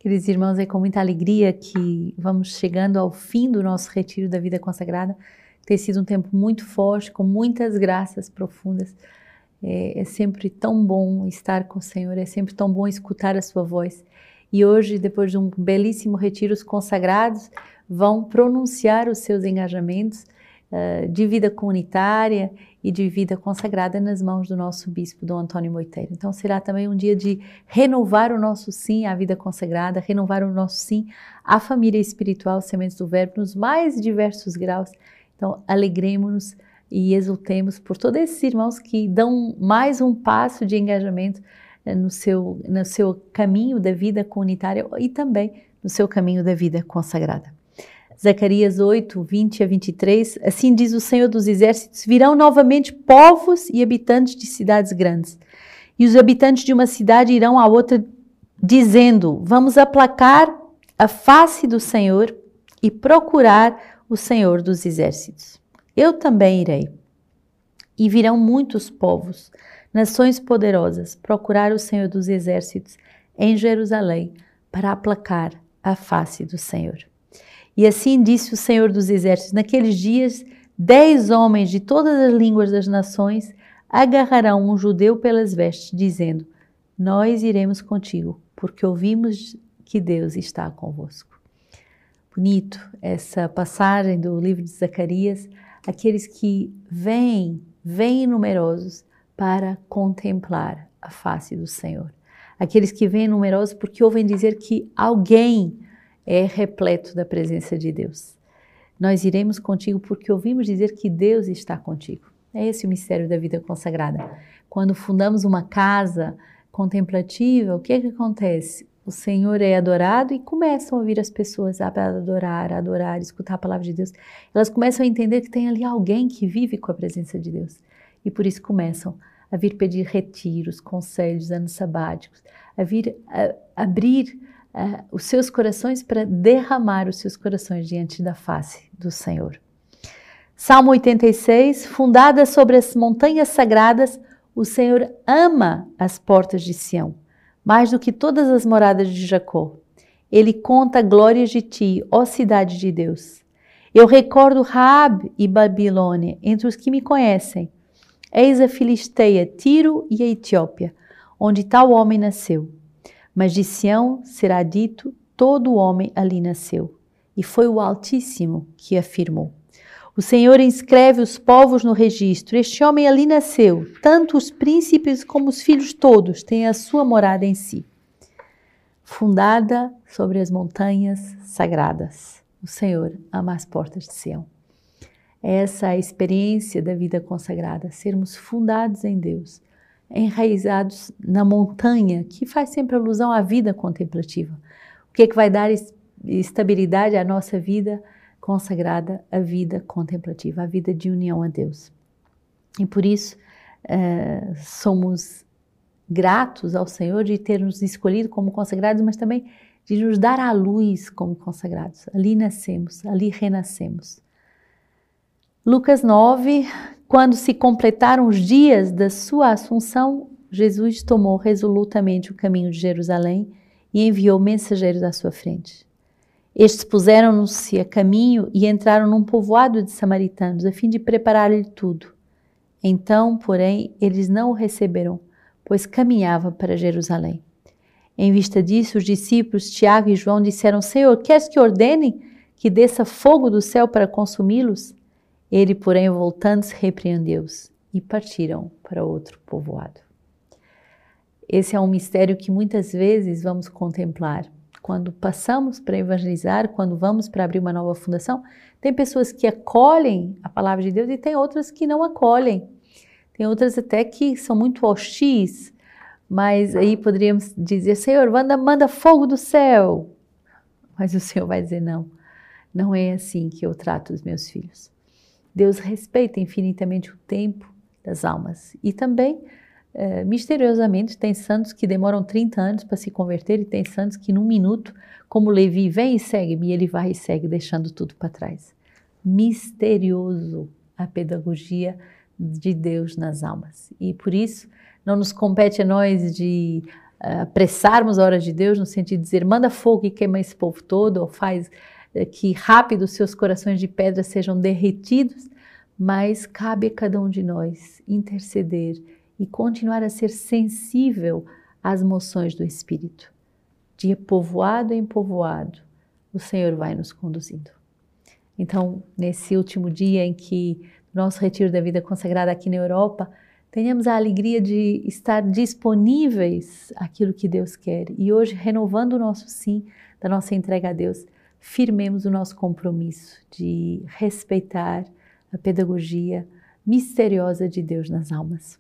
Queridos irmãos, é com muita alegria que vamos chegando ao fim do nosso retiro da vida consagrada. Tem sido um tempo muito forte, com muitas graças profundas. É sempre tão bom estar com o Senhor, é sempre tão bom escutar a sua voz. E hoje, depois de um belíssimo retiro, os consagrados vão pronunciar os seus engajamentos de vida comunitária e de vida consagrada nas mãos do nosso bispo, Dom Antônio Moiteiro. Então será também um dia de renovar o nosso sim à vida consagrada, renovar o nosso sim à família espiritual, Sementes do Verbo, nos mais diversos graus. Então alegremos-nos e exultemos por todos esses irmãos que dão mais um passo de engajamento no seu caminho da vida comunitária e também no seu caminho da vida consagrada. Zacarias 8, 20 a 23, assim diz o Senhor dos Exércitos, virão novamente povos e habitantes de cidades grandes. E os habitantes de uma cidade irão à outra dizendo, vamos aplacar a face do Senhor e procurar o Senhor dos Exércitos. Eu também irei. E virão muitos povos, nações poderosas, procurar o Senhor dos Exércitos em Jerusalém para aplacar a face do Senhor. E assim disse o Senhor dos Exércitos, naqueles dias 10 homens de todas as línguas das nações agarrarão um judeu pelas vestes, dizendo, nós iremos contigo, porque ouvimos que Deus está convosco. Bonito essa passagem do livro de Zacarias, aqueles que vêm numerosos para contemplar a face do Senhor. Aqueles que vêm numerosos porque ouvem dizer que alguém é repleto da presença de Deus. Nós iremos contigo porque ouvimos dizer que Deus está contigo. É esse o mistério da vida consagrada. Quando fundamos uma casa contemplativa, o que é que acontece? O Senhor é adorado e começam a ouvir as pessoas a adorar, escutar a palavra de Deus. Elas começam a entender que tem ali alguém que vive com a presença de Deus. E por isso começam a vir pedir retiros, conselhos, anos sabáticos, a vir abrir os seus corações para derramar os seus corações diante da face do Senhor. Salmo 86, fundada sobre as montanhas sagradas, o Senhor ama as portas de Sião, mais do que todas as moradas de Jacó. Ele conta glórias de ti, ó cidade de Deus. Eu recordo Raabe e Babilônia entre os que me conhecem. Eis a Filisteia, Tiro e a Etiópia, onde tal homem nasceu. Mas de Sião será dito, todo homem ali nasceu. E foi o Altíssimo que afirmou. O Senhor inscreve os povos no registro. Este homem ali nasceu. Tanto os príncipes como os filhos todos têm a sua morada em si. Fundada sobre as montanhas sagradas. O Senhor ama as portas de Sião. Essa é a experiência da vida consagrada. Sermos fundados em Deus. Enraizados na montanha, que faz sempre alusão à vida contemplativa. O que é que vai dar estabilidade à nossa vida consagrada? A vida contemplativa, a vida de união a Deus. E por isso somos gratos ao Senhor de ter nos escolhido como consagrados, mas também de nos dar à luz como consagrados. Ali nascemos, ali renascemos. Lucas 9, quando se completaram os dias da sua assunção, Jesus tomou resolutamente o caminho de Jerusalém e enviou mensageiros à sua frente. Estes puseram-se a caminho e entraram num povoado de samaritanos, a fim de preparar-lhe tudo. Então, porém, eles não o receberam, pois caminhava para Jerusalém. Em vista disso, os discípulos Tiago e João disseram, Senhor, queres que ordene que desça fogo do céu para consumi-los? Ele, porém, voltando-se, repreendeu-os e partiram para outro povoado. Esse é um mistério que muitas vezes vamos contemplar. Quando passamos para evangelizar, quando vamos para abrir uma nova fundação, tem pessoas que acolhem a palavra de Deus e tem outras que não acolhem. Tem outras até que são muito hostis, mas aí poderíamos dizer, Senhor, manda fogo do céu. Mas o Senhor vai dizer, não é assim que eu trato os meus filhos. Deus respeita infinitamente o tempo das almas e também, misteriosamente, tem santos que demoram 30 anos para se converter e tem santos que num minuto, como Levi, vem e segue-me, e ele vai e segue, deixando tudo para trás. Misterioso a pedagogia de Deus nas almas. E por isso, não nos compete a nós de apressarmos a hora de Deus, no sentido de dizer, manda fogo e queima esse povo todo, ou faz que rápido os seus corações de pedra sejam derretidos, mas cabe a cada um de nós interceder e continuar a ser sensível às moções do Espírito. De povoado em povoado, o Senhor vai nos conduzindo. Então, nesse último dia em que nosso retiro da vida consagrada aqui na Europa, tenhamos a alegria de estar disponíveis àquilo que Deus quer. E hoje, renovando o nosso sim, da nossa entrega a Deus, firmemos o nosso compromisso de respeitar a pedagogia misteriosa de Deus nas almas.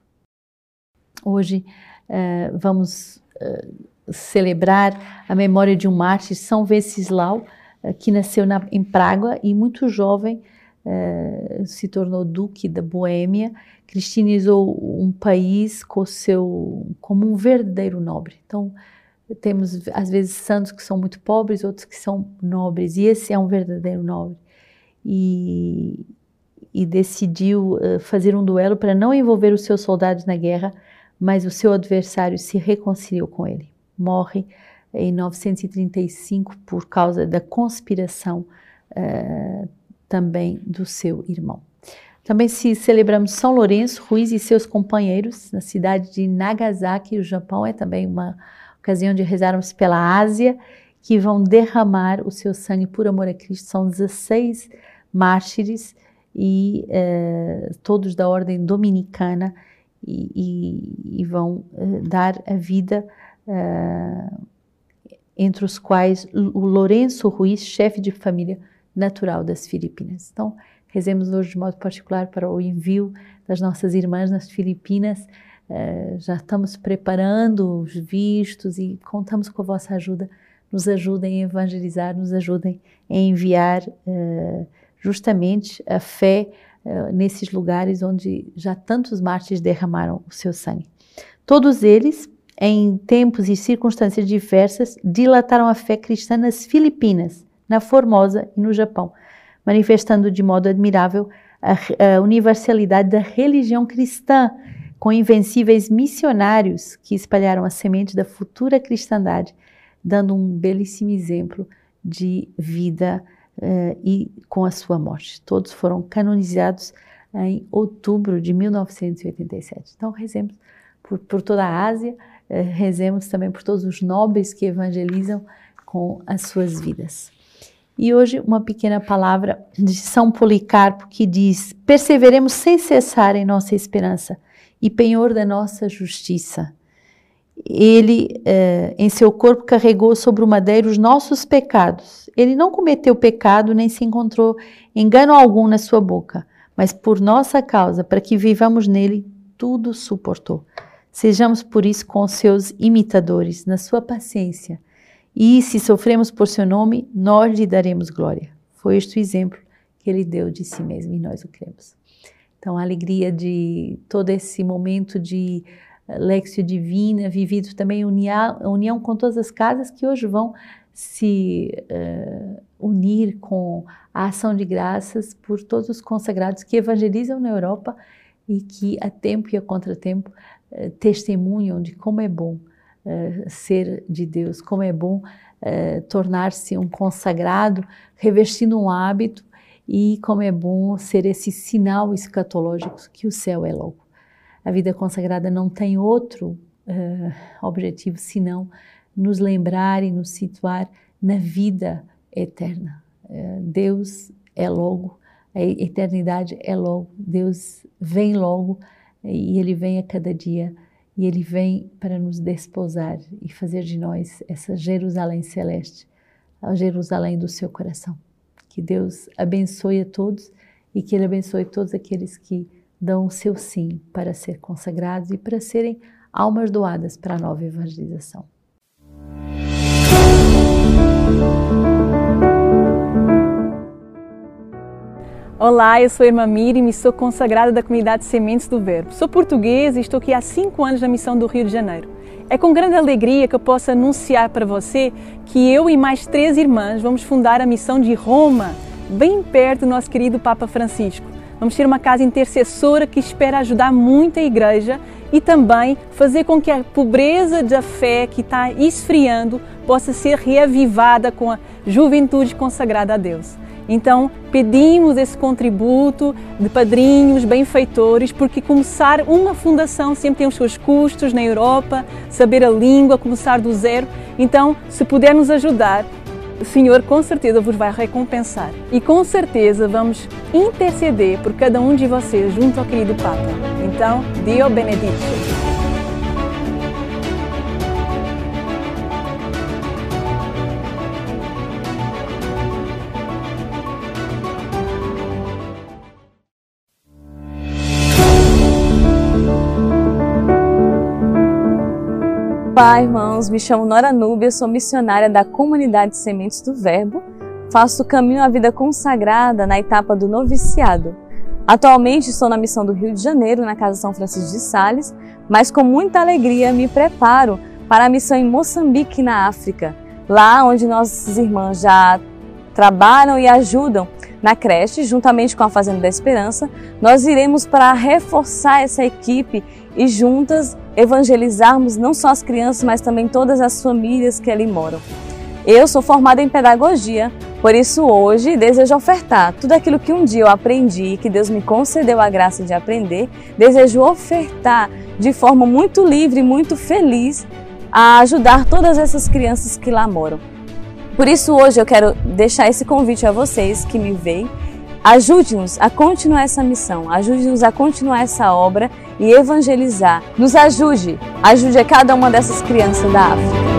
Hoje vamos celebrar a memória de um mártir, São Venceslau, que nasceu em Praga e muito jovem se tornou duque da Boêmia, cristianizou um país como um verdadeiro nobre. Então, temos às vezes santos que são muito pobres, outros que são nobres, e esse é um verdadeiro nobre. E decidiu fazer um duelo para não envolver os seus soldados na guerra, mas o seu adversário se reconciliou com ele. Morre em 935 por causa da conspiração também do seu irmão. Também celebramos São Lourenço Ruiz e seus companheiros na cidade de Nagasaki, o Japão. É também uma ocasião de rezarmos pela Ásia, que vão derramar o seu sangue por amor a Cristo. São 16 mártires e todos da ordem dominicana e vão dar a vida, entre os quais o Lourenço Ruiz, chefe de família natural das Filipinas. Então, rezemos hoje de modo particular para o envio das nossas irmãs nas Filipinas. Já estamos preparando os vistos e contamos com a vossa ajuda. Nos ajudem a evangelizar, nos ajudem a enviar justamente a fé nesses lugares onde já tantos mártires derramaram o seu sangue. Todos eles, em tempos e circunstâncias diversas, dilataram a fé cristã nas Filipinas, na Formosa e no Japão, manifestando de modo admirável a universalidade da religião cristã, com invencíveis missionários que espalharam a semente da futura cristandade, dando um belíssimo exemplo de vida e com a sua morte. Todos foram canonizados em outubro de 1987. Então, rezemos por toda a Ásia, rezemos também por todos os nobres que evangelizam com as suas vidas. E hoje uma pequena palavra de São Policarpo que diz: perseveremos sem cessar em nossa esperança e penhor da nossa justiça. Ele, em seu corpo, carregou sobre o madeiro os nossos pecados. Ele não cometeu pecado, nem se encontrou engano algum na sua boca, mas por nossa causa, para que vivamos nele, tudo suportou. Sejamos, por isso, com seus imitadores, na sua paciência, e se sofremos por seu nome, nós lhe daremos glória. Foi este o exemplo que ele deu de si mesmo, e nós o cremos. Então, a alegria de todo esse momento de Lectio Divina, vivido também em união com todas as casas que hoje vão se unir com a ação de graças por todos os consagrados que evangelizam na Europa e que a tempo e a contratempo testemunham de como é bom ser de Deus, como é bom tornar-se um consagrado, revestindo um hábito, e como é bom ser esse sinal escatológico que o céu é logo. A vida consagrada não tem outro objetivo senão nos lembrar e nos situar na vida eterna. Deus é logo, a eternidade é logo, Deus vem logo e Ele vem a cada dia e Ele vem para nos desposar e fazer de nós essa Jerusalém celeste, a Jerusalém do seu coração. Que Deus abençoe a todos e que Ele abençoe todos aqueles que dão o seu sim para ser consagrados e para serem almas doadas para a nova evangelização. Olá, eu sou a irmã Miriam e sou consagrada da comunidade Sementes do Verbo. Sou portuguesa e estou aqui há 5 anos na missão do Rio de Janeiro. É com grande alegria que eu posso anunciar para você que eu e mais 3 irmãs vamos fundar a missão de Roma, bem perto do nosso querido Papa Francisco. Vamos ter uma casa intercessora que espera ajudar muito a Igreja e também fazer com que a pobreza da fé que está esfriando possa ser reavivada com a juventude consagrada a Deus. Então, pedimos esse contributo de padrinhos, benfeitores, porque começar uma fundação sempre tem os seus custos na Europa, saber a língua, começar do zero. Então, se puder nos ajudar, o Senhor com certeza vos vai recompensar. E com certeza vamos interceder por cada um de vocês junto ao querido Papa. Então, Dio benedice. Olá, irmãos, me chamo Nora Núbia, sou missionária da Comunidade Sementes do Verbo, faço o caminho à vida consagrada na etapa do noviciado. Atualmente estou na missão do Rio de Janeiro, na Casa São Francisco de Sales, mas com muita alegria me preparo para a missão em Moçambique, na África, lá onde nossas irmãs já trabalham e ajudam na creche, juntamente com a Fazenda da Esperança. Nós iremos para reforçar essa equipe e juntas evangelizarmos não só as crianças, mas também todas as famílias que ali moram. Eu sou formada em pedagogia, por isso hoje desejo ofertar tudo aquilo que um dia eu aprendi e que Deus me concedeu a graça de aprender, desejo ofertar de forma muito livre e muito feliz a ajudar todas essas crianças que lá moram. Por isso hoje eu quero deixar esse convite a vocês que me veem. Ajude-nos a continuar essa missão, ajude-nos a continuar essa obra e evangelizar. Nos ajude a cada uma dessas crianças da África.